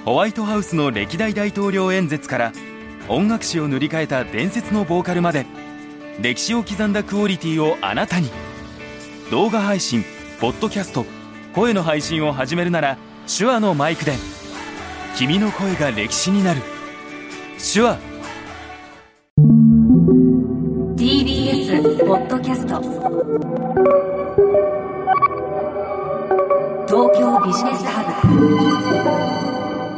ホワイトハウスの歴代大統領演説から音楽史を塗り替えた伝説のボーカルまで、歴史を刻んだクオリティをあなたに。動画配信、ポッドキャスト、声の配信を始めるなら手話のマイクで。君の声が歴史になる。手話。 TBS ポッドキャスト、東京ビジネスハブ。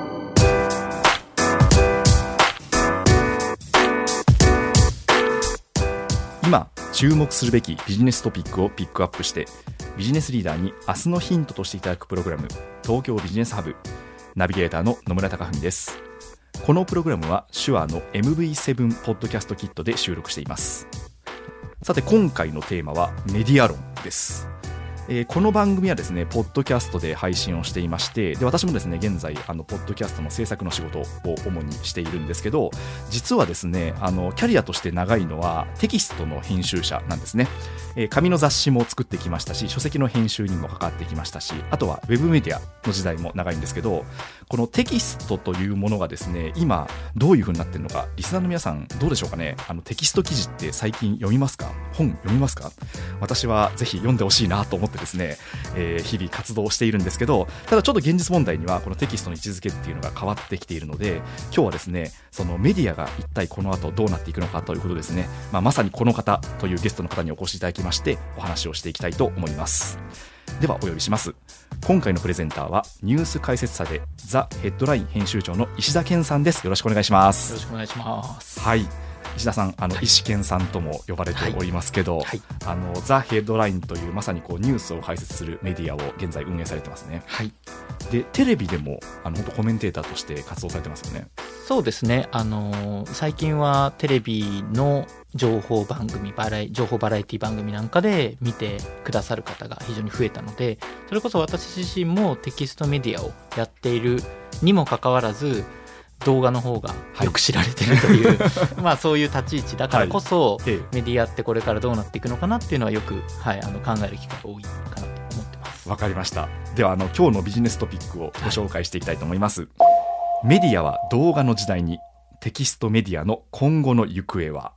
今注目するべきビジネストピックをピックアップして、ビジネスリーダーに明日のヒントとしていただくプログラム、東京ビジネスハブ。ナビゲーターの野村貴文です。このプログラムは手話の MV7 ポッドキャストキットで収録しています。さて今回のテーマはメディア論です。この番組はですね、ポッドキャストで配信をしていまして、で私もですね現在ポッドキャストの制作の仕事を主にしているんですけど、実はですねキャリアとして長いのはテキストの編集者なんですね。紙の雑誌も作ってきましたし、書籍の編集にも関わってきましたし、あとはウェブメディアの時代も長いんですけど、このテキストというものがですね今どういう風になっているのか、リスナーの皆さんどうでしょうかね。テキスト記事って最近読みますか？本読みますか？私はぜひ読んでほしいなと思ってですね、日々活動しているんですけど、ただちょっと現実問題にはこのテキストの位置づけっていうのが変わってきているので、今日はですねそのメディアが一体この後どうなっていくのかということですね、まさにこの方というゲストの方にお越しいただきましてお話をしていきたいと思います。ではお呼びします。今回のプレゼンターはニュース解説者でザ・ヘッドライン編集長の石田健さんです。よろしくお願いします。 よろしくお願いします。 はい、石田さん石健さんとも呼ばれておりますけど、ザ・ヘッドラインというまさにこうニュースを解説するメディアを現在運営されてますね。 はい、 でテレビでも本当コメンテーターとして活動されてますよね。 そうですね、最近はテレビの情報バラエティ番組なんかで見てくださる方が非常に増えたので、それこそ私自身もテキストメディアをやっているにもかかわらず動画の方がよく知られているという、そういう立ち位置だからこそ、メディアってこれからどうなっていくのかなっていうのはよく、考える機会が多いかなと思ってます。 わかりました。では今日のビジネストピックをご紹介していきたいと思います。メディアは動画の時代に、テキストメディアの今後の行方は。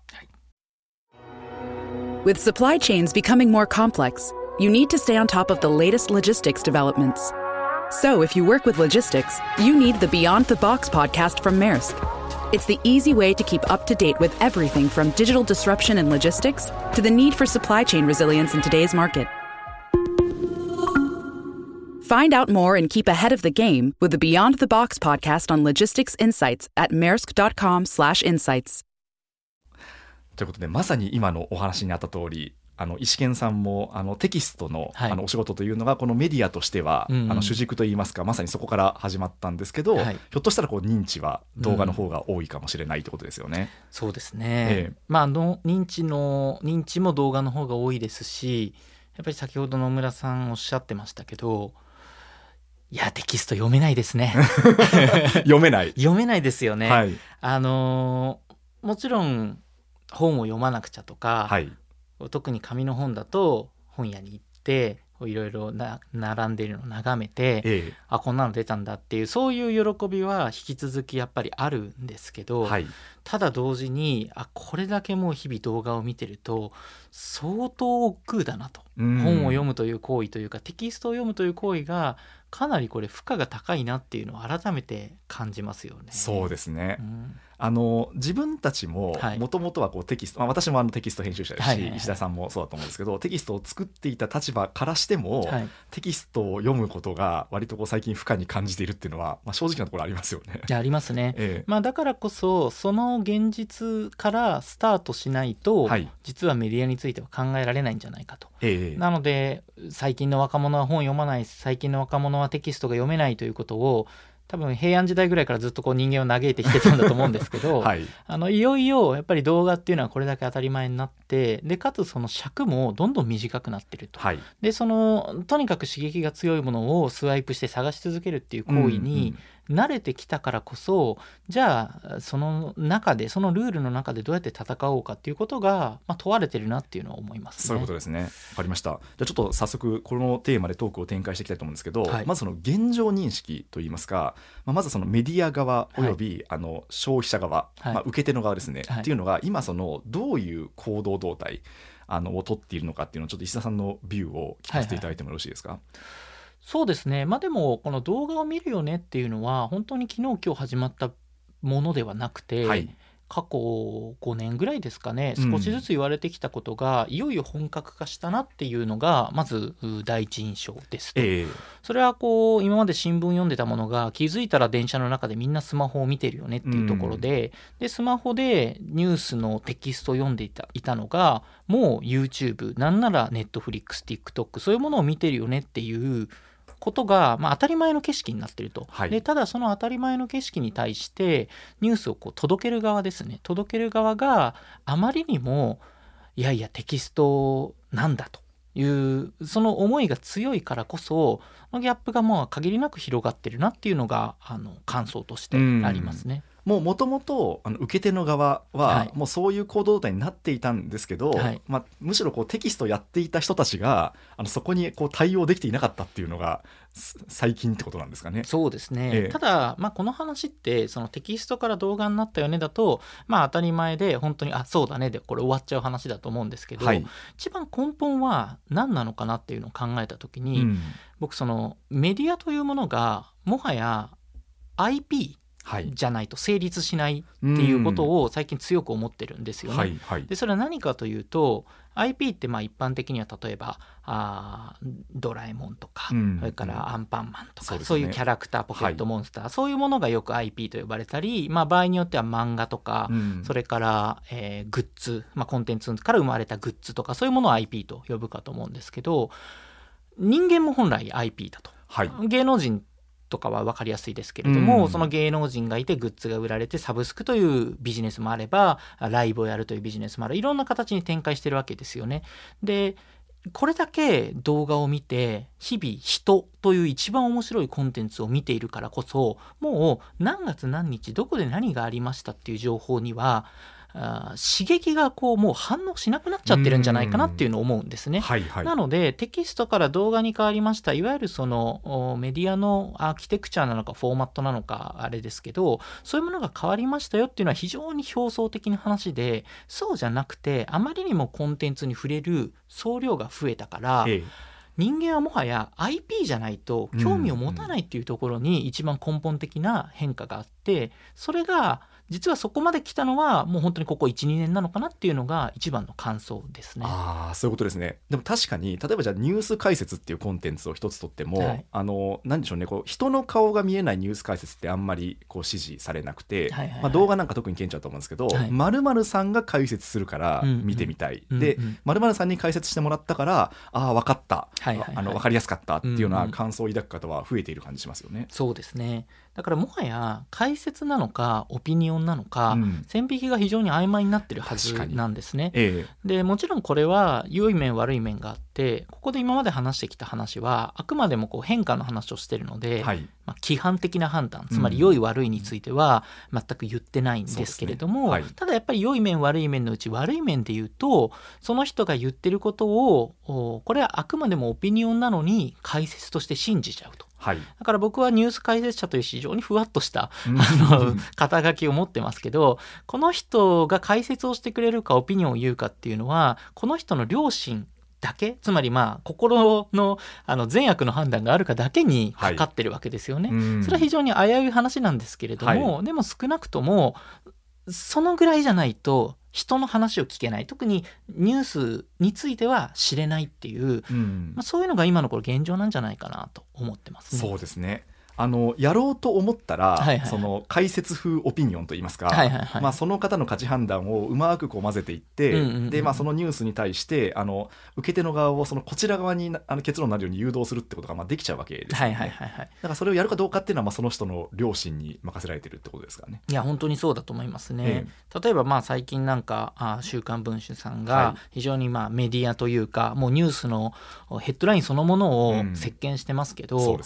With supply chains becoming more complex, you need to stay on top of the latest logistics developments. So if you work with logistics, you need the Beyond the Box podcast from Maersk. It's the easy way to keep up to date with everything from digital disruption in logistics to the need for supply chain resilience in today's market. Find out more and keep ahead of the game with the Beyond the Box podcast on logistics insights at maersk.com/insights. ということで、まさに今のお話にあった通り、石健さんもテキストの、お仕事というのがこのメディアとしては、主軸といいますか、まさにそこから始まったんですけど、ひょっとしたら認知は動画の方が多いかもしれないということですよね。 そうですね、認知も動画の方が多いですし、やっぱり先ほど野村さんおっしゃってましたけど、いやテキスト読めないですね。 読めないですよね。もちろん本を読まなくちゃとか、特に紙の本だと本屋に行っていろいろ並んでいるのを眺めて、こんなの出たんだっていう、そういう喜びは引き続きやっぱりあるんですけど、ただ同時にこれだけもう日々動画を見てると相当億劫だなと、本を読むという行為というかテキストを読むという行為がかなりこれ負荷が高いなっていうのを改めて感じますよね。 そうですね、自分たちももともとはテキスト、私もテキスト編集者ですし、石田さんもそうだと思うんですけど、テキストを作っていた立場からしても、テキストを読むことが割と最近負荷に感じているっていうのは、正直なところありますよね。 ありますね、だからこそその現実からスタートしないと、実はメディアについては考えられないんじゃないかと、なので最近の若者は本を読まない、最近の若者はテキストが読めないということを多分平安時代ぐらいからずっと人間を嘆いてきてたんだと思うんですけど、いよいよやっぱり動画っていうのはこれだけ当たり前になって、でかつその尺もどんどん短くなってると、でとにかく刺激が強いものをスワイプして探し続けるっていう行為に慣れてきたからこそ、じゃあその中でそのルールの中でどうやって戦おうかっていうことが、問われてるなっていうのは思いますね。 そういうことですね。分かりました。じゃあちょっと早速このテーマでトークを展開していきたいと思うんですけど、まずその現状認識といいますか、まずそのメディア側および、消費者側、受け手の側ですね、っていうのが今そのどういう行動動態を取っているのかっていうのをちょっと石田さんのビューを聞かせていただいてもよろしいですか？ そうですね。でもこの動画を見るよねっていうのは本当に昨日今日始まったものではなくて、過去5年ぐらいですかね、少しずつ言われてきたことが、いよいよ本格化したなっていうのがまず第一印象ですと。それは今まで新聞読んでたものが気づいたら電車の中でみんなスマホを見てるよねっていうところで、スマホでニュースのテキストを読んでいたのがもう YouTube なんなら Netflix、TikTok そういうものを見てるよねっていうことが、当たり前の景色になっていると、でただその当たり前の景色に対してニュースを届ける側ですね、届ける側があまりにもいやいやテキストなんだというその思いが強いからこそのギャップが限りなく広がってるなっていうのが感想としてありますね。 もともと受け手の側はもうそういう行動動態になっていたんですけど、むしろテキストをやっていた人たちがそこに対応できていなかったっていうのが最近ってことなんですかね。 そうですね、ただ、この話ってそのテキストから動画になったよねだと、当たり前で本当にそうだねでこれ終わっちゃう話だと思うんですけど、一番根本は何なのかなっていうのを考えた時に、僕そのメディアというものがもはや IPじゃないと成立しないっていうことを最近強く思ってるんですよね。でそれは何かというと IP って一般的には例えばドラえもんとか、それからアンパンマンとか、そういうキャラクター、ポケットモンスター、そういうものがよく IP と呼ばれたり、場合によっては漫画とか、それから、グッズ、コンテンツから生まれたグッズとか、そういうものを IP と呼ぶかと思うんですけど、人間も本来 IP だと、芸能人とかは分かりやすいですけれども、その芸能人がいてグッズが売られてサブスクというビジネスもあればライブをやるというビジネスもある、いろんな形に展開してるわけですよね。でこれだけ動画を見て日々人という一番面白いコンテンツを見ているからこそ、もう何月何日どこで何がありましたっていう情報には刺激がもう反応しなくなっちゃってるんじゃないかなっていうのを思うんですね。なのでテキストから動画に変わりました、いわゆるそのメディアのアーキテクチャなのかフォーマットなのかあれですけど、そういうものが変わりましたよっていうのは非常に表層的な話で、そうじゃなくてあまりにもコンテンツに触れる総量が増えたから、人間はもはや IP じゃないと興味を持たないっていうところに一番根本的な変化があって、それが実はそこまで来たのはもう本当にここ 1,2 年なのかなっていうのが一番の感想ですね。 そういうことですね。でも確かに例えばじゃあニュース解説っていうコンテンツを一つとっても、何でしょうね、人の顔が見えないニュース解説ってあんまり支持されなくて、動画なんか特に顕著だと思うんですけど、〇〇さんが解説するから見てみたい、で〇〇さんに解説してもらったから分かった、分かりやすかったっていうような感想を抱く方は増えている感じしますよね。 そうですね。だからもはや解説なのかオピニオンなのか、線引きが非常に曖昧になってるはずなんですね。でもちろんこれは良い面悪い面があって、ここで今まで話してきた話はあくまでも変化の話をしているので、規範的な判断、つまり良い悪いについては全く言ってないんですけれども、ただやっぱり良い面悪い面のうち悪い面で言うと、その人が言ってることをこれはあくまでもオピニオンなのに解説として信じちゃうと。だから僕はニュース解説者という非常にふわっとした肩書きを持ってますけど、この人が解説をしてくれるかオピニオンを言うかっていうのはこの人の良心だけ、つまり心の善悪の判断があるかだけにかかってるわけですよね。それは非常に危うい話なんですけれども、でも少なくともそのぐらいじゃないと人の話を聞けない、特にニュースについては知れないっていう、そういうのが今の現状なんじゃないかなと思ってますね。 そうですね。やろうと思ったら、その解説風オピニオンといいますか、その方の価値判断をうまく混ぜていって、でそのニュースに対して受け手の側をこちら側に結論になるように誘導するってことができちゃうわけですよね。だからそれをやるかどうかっていうのはその人の良心に任せられてるってことですからね。 いや本当にそうだと思いますね。例えば最近なんか週刊文春さんが非常にメディアというかもうニュースのヘッドラインそのものを席巻してますけど、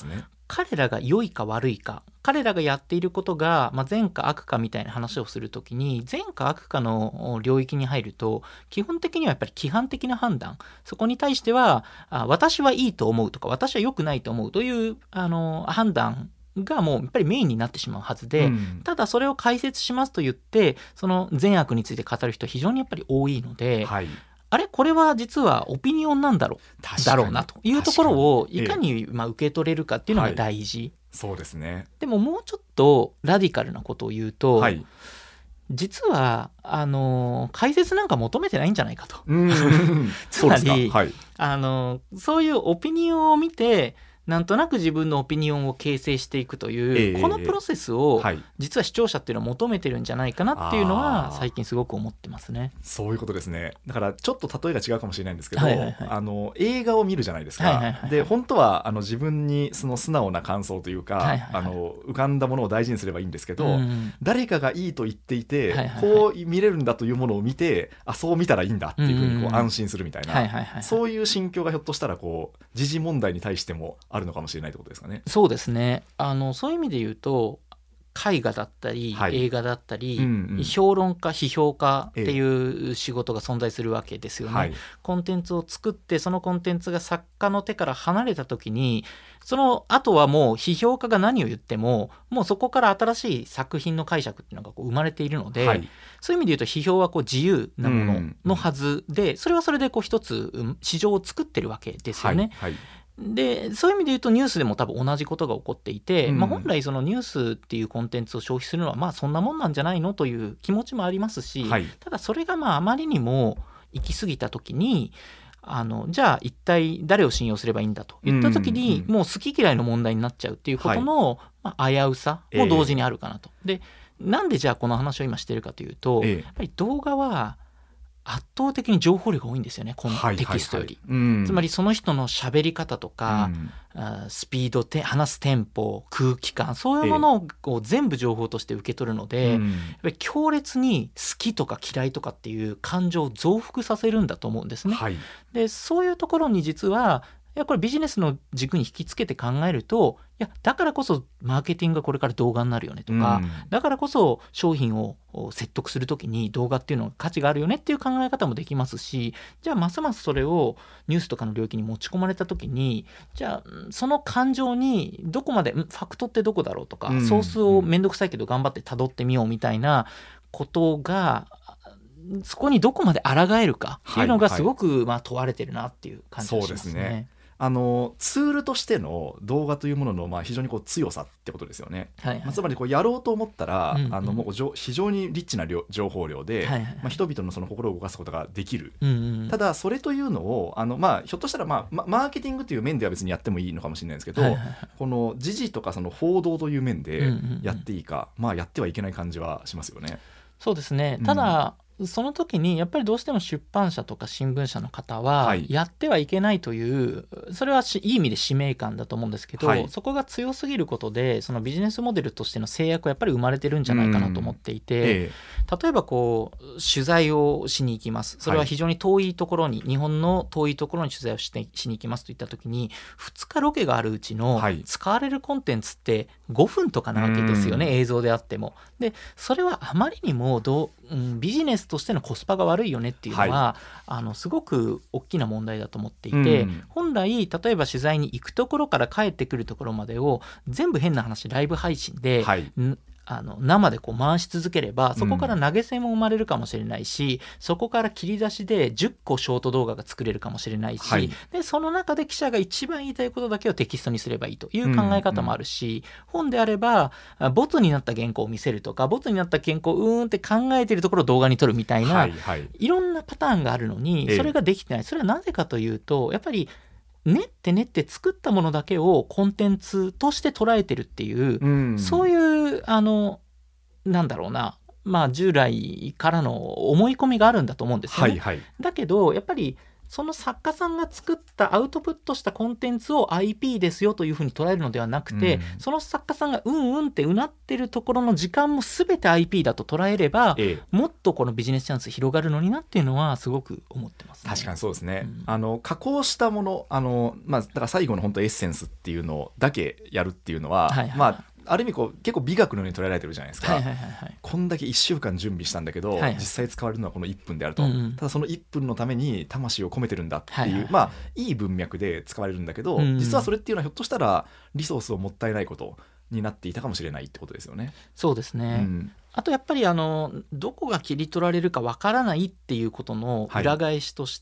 彼らが良いか悪いか、彼らがやっていることが、善か悪かみたいな話をするときに、善か悪かの領域に入ると基本的にはやっぱり規範的な判断、そこに対しては私はいいと思うとか私は良くないと思うという判断がもうやっぱりメインになってしまうはずで、ただそれを解説しますと言ってその善悪について語る人は非常にやっぱり多いので、あれこれは実はオピニオンなんだろうなというところをいかに受け取れるかっていうのが大事、 そうですね。 でももうちょっとラディカルなことを言うと、実は解説なんか求めてないんじゃないかとつまりそういうオピニオンを見てなんとなく自分のオピニオンを形成していくという、このプロセスを実は視聴者っていうのは求めてるんじゃないかなっていうのは最近すごく思ってますね。 そういうことですね。だからちょっと例えが違うかもしれないんですけど、映画を見るじゃないですか、で本当は自分にその素直な感想というか、浮かんだものを大事にすればいいんですけど、誰かがいいと言っていて、こう見れるんだというものを見て、そう見たらいいんだっていうふうに安心するみたいな、そういう心境がひょっとしたら時事問題に対してもあるのかもしれないってことですかね。 そうですね。そういう意味で言うと絵画だったり、映画だったり、評論家批評家っていう仕事が存在するわけですよね、コンテンツを作って、そのコンテンツが作家の手から離れた時に、その後はもう批評家が何を言ってももうそこから新しい作品の解釈っていうのが生まれているので、そういう意味で言うと批評は自由なもののはずで、それはそれで一つ市場を作ってるわけですよね、でそういう意味で言うとニュースでも多分同じことが起こっていて、本来そのニュースっていうコンテンツを消費するのはそんなもんなんじゃないのという気持ちもありますし、ただそれがあまりにも行き過ぎた時にじゃあ一体誰を信用すればいいんだといった時に、もう好き嫌いの問題になっちゃうっていうことの、危うさも同時にあるかなと。でなんでじゃあこの話を今してるかというと、やっぱり動画は圧倒的に情報量が多いんですよね、テキストより、つまりその人の喋り方とか、スピード、話すテンポ、空気感、そういうものを全部情報として受け取るので、やっぱり強烈に好きとか嫌いとかっていう感情を増幅させるんだと思うんですね、でそういうところに実はいやこれビジネスの軸に引きつけて考えると、いやだからこそマーケティングがこれから動画になるよねとか、だからこそ商品を説得するときに動画っていうのが価値があるよねっていう考え方もできますし、じゃあますますそれをニュースとかの領域に持ち込まれたときに、じゃあその感情にどこまでファクトってどこだろうとか、ソースをめんどくさいけど頑張って辿ってみようみたいなことがそこにどこまで抗えるかっていうのがすごく問われてるなっていう感じがしますね。 ツールとしての動画というものの非常に強さってことですよね、つまりやろうと思ったら、もう非常にリッチな情報量で、人々のその心を動かすことができる、ただそれというのをひょっとしたら、マーケティングという面では別にやってもいいのかもしれないですけど、この時事とかその報道という面でやっていいか、やってはいけない感じはしますよね。 そうですね。ただ、その時にやっぱりどうしても出版社とか新聞社の方はやってはいけないという、それはいい意味で使命感だと思うんですけど、そこが強すぎることでそのビジネスモデルとしての制約はやっぱり生まれてるんじゃないかなと思っていて、例えば取材をしに行きます。それは非常に遠いところに、日本の遠いところに取材をしに行きますといった時に、2日ロケがあるうちの使われるコンテンツって5分とかなわけですよね、映像であっても。でそれはあまりにもビジネスとしてのコスパが悪いよねっていうのは、すごく大きな問題だと思っていて、本来例えば取材に行くところから帰ってくるところまでを全部変な話ライブ配信で、生で回し続ければ、そこから投げ銭も生まれるかもしれないし、そこから切り出しで10個ショート動画が作れるかもしれないし、でその中で記者が一番言いたいことだけをテキストにすればいいという考え方もあるし、本であればボツになった原稿を見せるとか、ボツになった原稿をって考えているところを動画に撮るみたいな、いろんなパターンがあるのにそれができてない。それはなぜかというと、やっぱり練って作ったものだけをコンテンツとして捉えてるっていう、そういうなんだろうな、従来からの思い込みがあるんだと思うんですよね。だけどやっぱりその作家さんが作ったアウトプットしたコンテンツを IP ですよというふうに捉えるのではなくて、その作家さんがってうなってるところの時間も全て IP だと捉えれば、もっとこのビジネスチャンス広がるのになっていうのはすごく思ってますね。 確かにそうですね、加工したものだから最後の本当エッセンスっていうのだけやるっていうのは、ある意味結構美学のように捉えられてるじゃないですか、こんだけ1週間準備したんだけど、実際使われるのはこの1分であると、ただその1分のために魂を込めてるんだっていう、いい文脈で使われるんだけど、実はそれっていうのはひょっとしたらリソースをもったいないことになっていたかもしれないってことですよね。 そうですね、あとやっぱりどこが切り取られるかわからないっていうことの裏返しとして、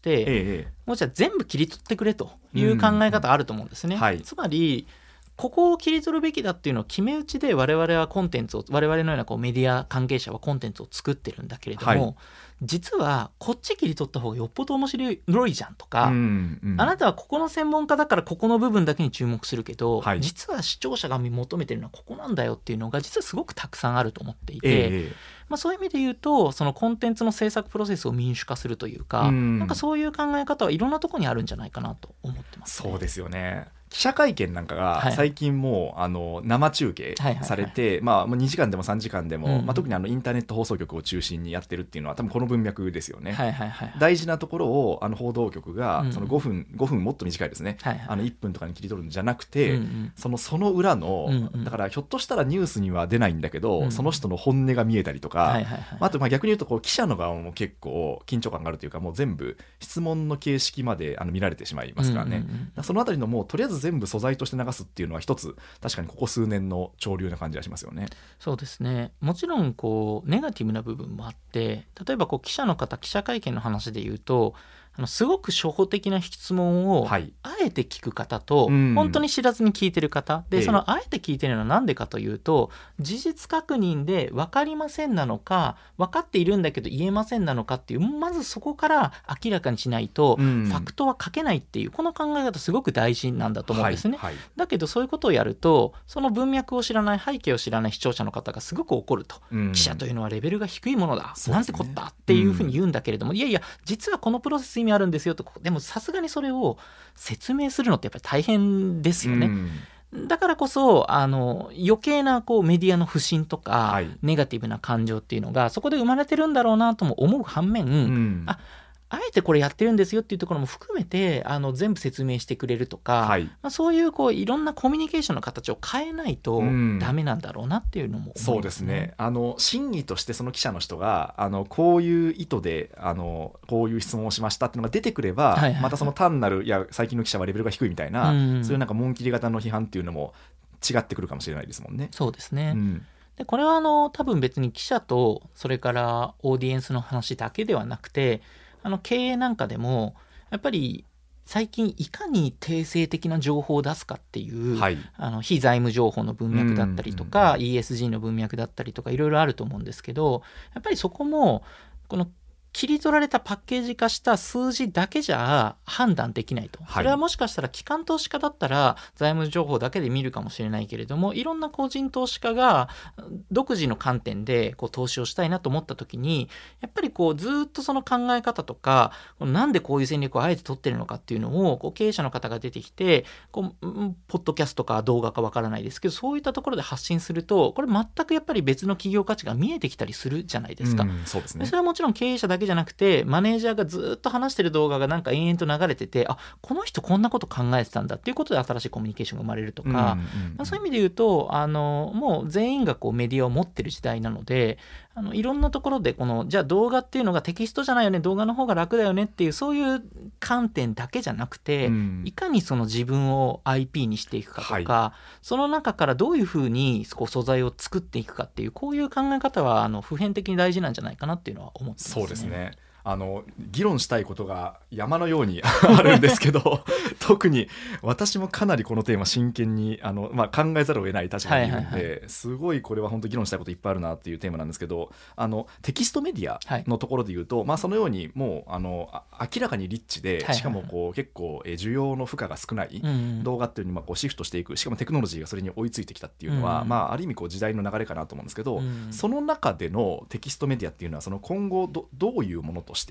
もうじゃあ全部切り取ってくれという考え方あると思うんですね、つまりここを切り取るべきだっていうのを決め打ちで我々はコンテンツを、我々のようなメディア関係者はコンテンツを作ってるんだけれども、実はこっち切り取った方がよっぽど面白いじゃんとか、あなたはここの専門家だからここの部分だけに注目するけど、実は視聴者が求めてるのはここなんだよっていうのが実はすごくたくさんあると思っていて、そういう意味で言うとそのコンテンツの制作プロセスを民主化するというか、なんかそういう考え方はいろんなところにあるんじゃないかなと思ってます、ね。 そうですよね。記者会見なんかが最近もう生中継されて、2時間でも3時間でも、特にインターネット放送局を中心にやってるっていうのは多分この文脈ですよね。大事なところを報道局がその5分もっと短いですね、1分とかに切り取るんじゃなくて、その裏の、だからひょっとしたらニュースには出ないんだけど、その人の本音が見えたりとか、あと逆に言うと記者の側も結構緊張感があるというか、もう全部質問の形式まで見られてしまいますからね、そのあたりのもうとりあえず全部素材として流すっていうのは一つ確かにここ数年の潮流な感じがしますよね。 そうですね。もちろんネガティブな部分もあって、例えば記者の方、記者会見の話で言うとすごく初歩的な質問をあえて聞く方と、本当に知らずに聞いてる方で、そのあえて聞いてるのは何でかというと、事実確認で分かりませんなのか、分かっているんだけど言えませんなのかっていう、まずそこから明らかにしないとファクトは書けないっていう、この考え方すごく大事なんだと思うんですね、だけどそういうことをやると、その文脈を知らない、背景を知らない視聴者の方がすごく怒ると、記者というのはレベルが低いものだ、なんてこったっていうふうに言うんだけれども、いやいや実はこのプロセス意味あるんですよと。でもさすがにそれを説明するのってやっぱり大変ですよね、だからこそ余計なメディアの不信とか、ネガティブな感情っていうのがそこで生まれてるんだろうなとも思う反面、あえてこれやってるんですよっていうところも含めて全部説明してくれるとか、そういういろんなコミュニケーションの形を変えないとダメなんだろうなっていうのも思いますね。 そうですね。真偽としてその記者の人がこういう意図でこういう質問をしましたっていうのが出てくれば、またその単なる最近の記者はレベルが低いみたいな、そういうなんか紋切り型の批判っていうのも違ってくるかもしれないですもんね。 そうですね、でこれは多分別に記者とそれからオーディエンスの話だけではなくて、経営なんかでもやっぱり最近いかに定性的な情報を出すかっていう、非財務情報の文脈だったりとか、ESG の文脈だったりとかいろいろあると思うんですけど、やっぱりそこもこの切り取られたパッケージ化した数字だけじゃ判断できないと。それはもしかしたら機関投資家だったら財務情報だけで見るかもしれないけれども、いろんな個人投資家が独自の観点で投資をしたいなと思った時に、やっぱりずっとその考え方とか、なんでこういう戦略をあえて取ってるのかっていうのを経営者の方が出てきてポッドキャストか動画かわからないですけど、そういったところで発信すると、これ全くやっぱり別の企業価値が見えてきたりするじゃないですか。 そうですね。 それはもちろん経営者だけじゃなくて、マネージャーがずっと話してる動画がなんか延々と流れてて、この人こんなこと考えてたんだっていうことで新しいコミュニケーションが生まれるとか、そういう意味で言うともう全員がメディアを持ってる時代なので、いろんなところでじゃあ動画っていうのがテキストじゃないよね、動画の方が楽だよねっていう、そういう観点だけじゃなくて、いかにその自分を IP にしていくかとか、その中からどういうふうに素材を作っていくかっていう、こういう考え方は普遍的に大事なんじゃないかなっていうのは思ってますね。 そうですね。議論したいことが山のようにあるんですけど特に私もかなりこのテーマ真剣に考えざるを得ない立場にいるので、すごいこれは本当議論したいこといっぱいあるなっていうテーマなんですけど、テキストメディアのところで言うと、そのようにもう明らかにリッチで、しかも結構需要の負荷が少ない動画っていうのにシフトしていく、しかもテクノロジーがそれに追いついてきたっていうのは、ある意味時代の流れかなと思うんですけど、その中でのテキストメディアっていうのはその今後どういうものとして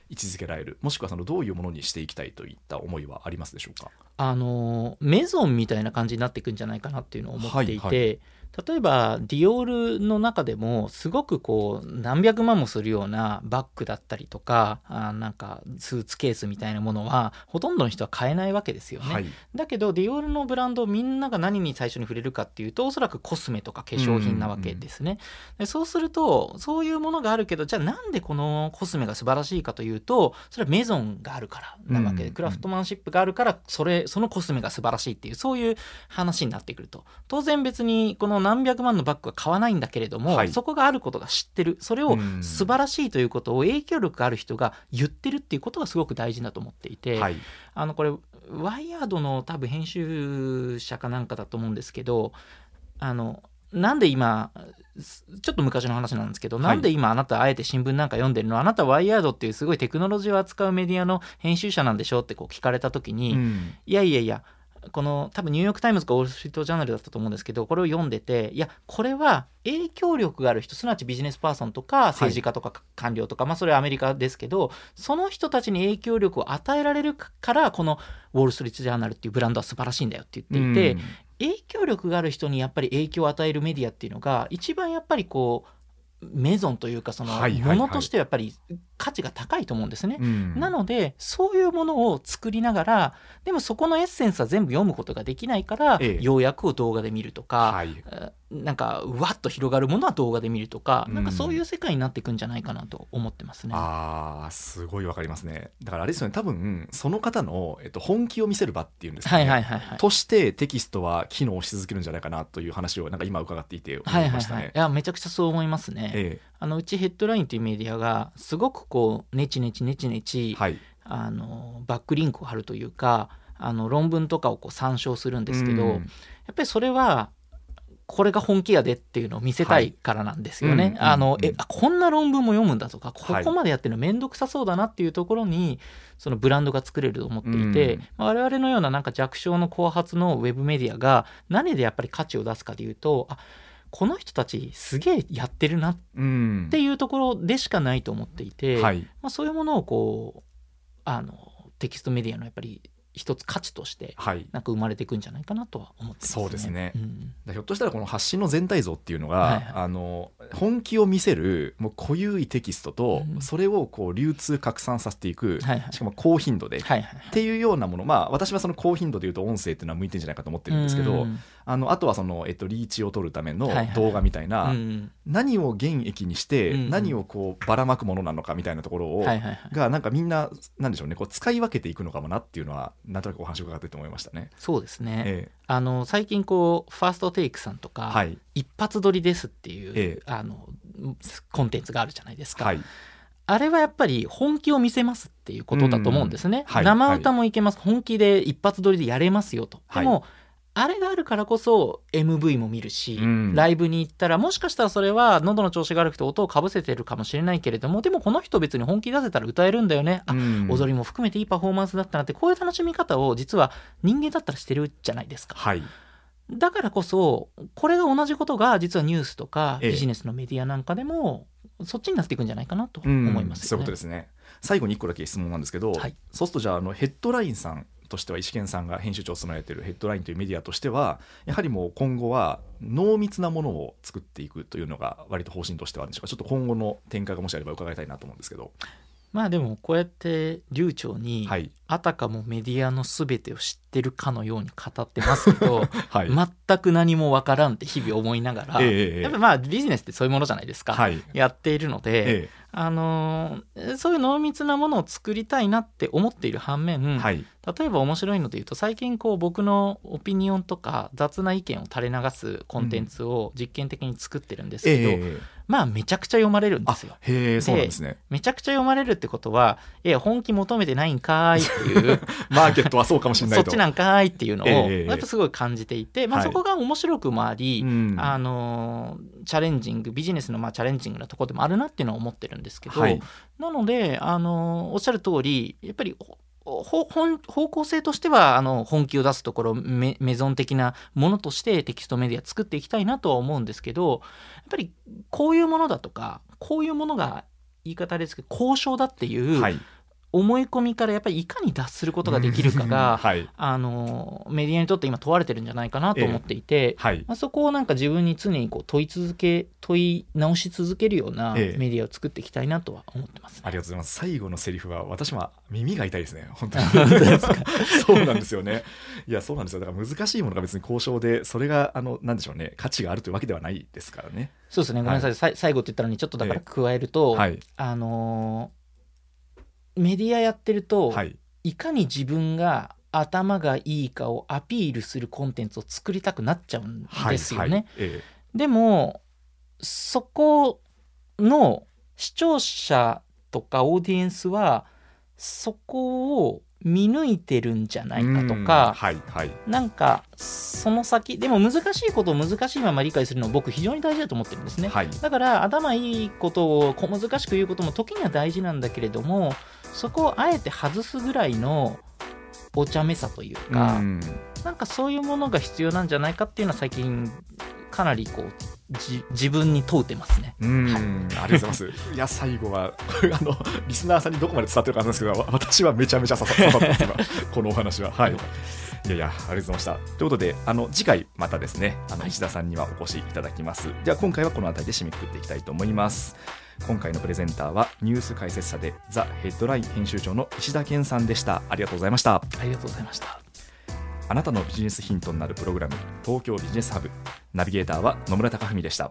位置づけられる、もしくはどういうものにしていきたいといった思いはありますでしょうか。 メゾンみたいな感じになっていくんじゃないかなっていうのを思っていて、 はいはい、 例えばディオールの中でもすごく何百万もするようなバッグだったりとかなんかスーツケースみたいなものはほとんどの人は買えないわけですよね、はい、だけどディオールのブランドみんなが何に最初に触れるかっていうとおそらくコスメとか化粧品なわけですね、でそうするとそういうものがあるけど、じゃあなんでこのコスメが素晴らしいかというと、それはメゾンがあるからなわけで、クラフトマンシップがあるからそのコスメが素晴らしいっていう、そういう話になってくると、当然別にこの何百万のバッグは買わないんだけれども、はい、そこがあることが知ってる、それを素晴らしいということを影響力がある人が言ってるっていうことがすごく大事だと思っていて、はい、これワイヤードの多分編集者かなんかだと思うんですけど、なんで今ちょっと昔の話なんですけど、はい、なんで今あなたあえて新聞なんか読んでるの、あなたワイヤードっていうすごいテクノロジーを扱うメディアの編集者なんでしょって聞かれた時に、いやいやいや、この多分ニューヨークタイムズかウォール・ストリート・ジャーナルだったと思うんですけど、これを読んでて、いやこれは影響力がある人、すなわちビジネスパーソンとか政治家とか官僚とか、それはアメリカですけど、その人たちに影響力を与えられるからこのウォール・ストリート・ジャーナルっていうブランドは素晴らしいんだよって言っていて、影響力がある人にやっぱり影響を与えるメディアっていうのが一番やっぱりメゾンというかものとしてはやっぱり価値が高いと思うんですね、なのでそういうものを作りながら、でもそこのエッセンスは全部読むことができないから、要約を動画で見るとか、なんかうわっと広がるものは動画で見るとか、なんかそういう世界になっていくんじゃないかなと思ってますね。 すごいわかりますね。だからあれですよね、多分その方の、本気を見せる場っていうんですかね、としてテキストは機能し続けるんじゃないかなという話をなんか今伺っていて思いましたね。 いやめちゃくちゃそう思いますね、うちヘッドラインというメディアがすごくネチネチ、バックリンクを貼るというか、論文とかを参照するんですけど、やっぱりそれはこれが本気やでっていうのを見せたいからなんですよね、こんな論文も読むんだとか、ここまでやってるのめんどくさそうだなっていうところにそのブランドが作れると思っていて、我々のようななんか弱小の後発のウェブメディアが何でやっぱり価値を出すかでいうと、この人たちすげえやってるなっていうところでしかないと思っていて、そういうものをテキストメディアのやっぱり一つ価値としてなんか生まれていくんじゃないかなとは思ってますね。 そうですね、ひょっとしたらこの発信の全体像っていうのが、本気を見せるもう濃ゆいテキストと、それを流通拡散させていく、しかも高頻度で、っていうようなもの、私はその高頻度でいうと音声っていうのは向いてるんじゃないかと思ってるんですけど、あとはリーチを取るための動画みたいな、何を原液にして、何をばらまくものなのかみたいなところを、がなんかみんななんでしょうね、使い分けていくのかもなっていうのはなんとなくお話を伺っていて思いましたね。 そうですね、最近ファーストテイクさんとか、一発撮りですっていう、コンテンツがあるじゃないですか、あれはやっぱり本気を見せますっていうことだと思うんですね、生歌もいけます、本気で一発撮りでやれますよと。でも、あれがあるからこそ MV も見るし、ライブに行ったらもしかしたらそれは喉の調子が悪くて音をかぶせてるかもしれないけれども、でもこの人別に本気出せたら歌えるんだよね、踊りも含めていいパフォーマンスだったなって、こういう楽しみ方を実は人間だったらしてるじゃないですか、だからこそこれが同じことが実はニュースとかビジネスのメディアなんかでもそっちになっていくんじゃないかなと思いますよね。 そういうことですね。最後に1個だけ質問なんですけど、そうするとじゃあヘッドラインさんとしては、石健さんが編集長を務められているヘッドラインというメディアとしては、やはりもう今後は濃密なものを作っていくというのが割と方針としてはあるんでしょうか。ちょっと今後の展開がもしあれば伺いたいなと思うんですけど。 でもこうやって流暢に、あたかもメディアの全てを知ってるかのように語ってますけど、全く何もわからんって日々思いながら、やっぱビジネスってそういうものじゃないですか、やっているので、そういう濃密なものを作りたいなって思っている反面、例えば面白いので言うと、最近僕のオピニオンとか雑な意見を垂れ流すコンテンツを実験的に作ってるんですけど、めちゃくちゃ読まれるんですよ。 そうなんですね。 めちゃくちゃ読まれるってことは、本気求めてないんかーいっていうマーケットはそうかもしれないとそっちなんかーいっていうのをやっぱすごい感じていて、そこが面白くもあり、チャレンジング、ビジネスのチャレンジングなところでもあるなっていうのは思ってるんですけど、なのでおっしゃる通り、やっぱり方向性としては本気を出すところ、メゾン的なものとしてテキストメディア作っていきたいなとは思うんですけど、やっぱりこういうものだとか、こういうものが言い方ですけど高尚だっていう思い込みからやっぱりいかに脱することができるかが、 はい、 メディアにとって今問われてるんじゃないかなと思っていて、 はい、 そこをなんか自分に常にこう問い直し続けるようなメディアを作っていきたいなとは思ってます、ね。 ありがとうございます。最後のセリフは私も耳が痛いですね、本当にそうなんですよね。いやそうなんですよ。だから難しいものが別に交渉でそれがなんでしょうね、価値があるというわけではないですからね。 そうですね、ごめんなさい、最後って言ったのにちょっとだから加えると、 はい、 メディアやってると、 はい、 いかに自分が頭がいいかをアピールするコンテンツを作りたくなっちゃうんですよね、 はいはい、 でもそこの視聴者とかオーディエンスはそこを見抜いてるんじゃないかとか、 はいはい、 なんかその先でも難しいことを難しいまま理解するのを僕非常に大事だと思ってるんですね、 はい、 だから頭いいことを小難しく言うことも時には大事なんだけれども、そこをあえて外すぐらいのお茶目さというか、なんかそういうものが必要なんじゃないかっていうのは最近かなりこう自分に問うてますね。 ありがとうございます。いや最後はリスナーさんにどこまで伝わってるかなんですけど、私はめちゃめちゃ刺さってます今このお話は。はい、いやいやありがとうございました。ということで次回またですね石田さんにはお越しいただきます。では今回はこの辺りで締めくくっていきたいと思います。今回のプレゼンターはニュース解説者でザ・ヘッドライン編集長の石田健さんでした。ありがとうございました。 ありがとうございました。 あなたのビジネスヒントになるプログラム、東京ビジネスハブ、ナビゲーターは野村貴文でした。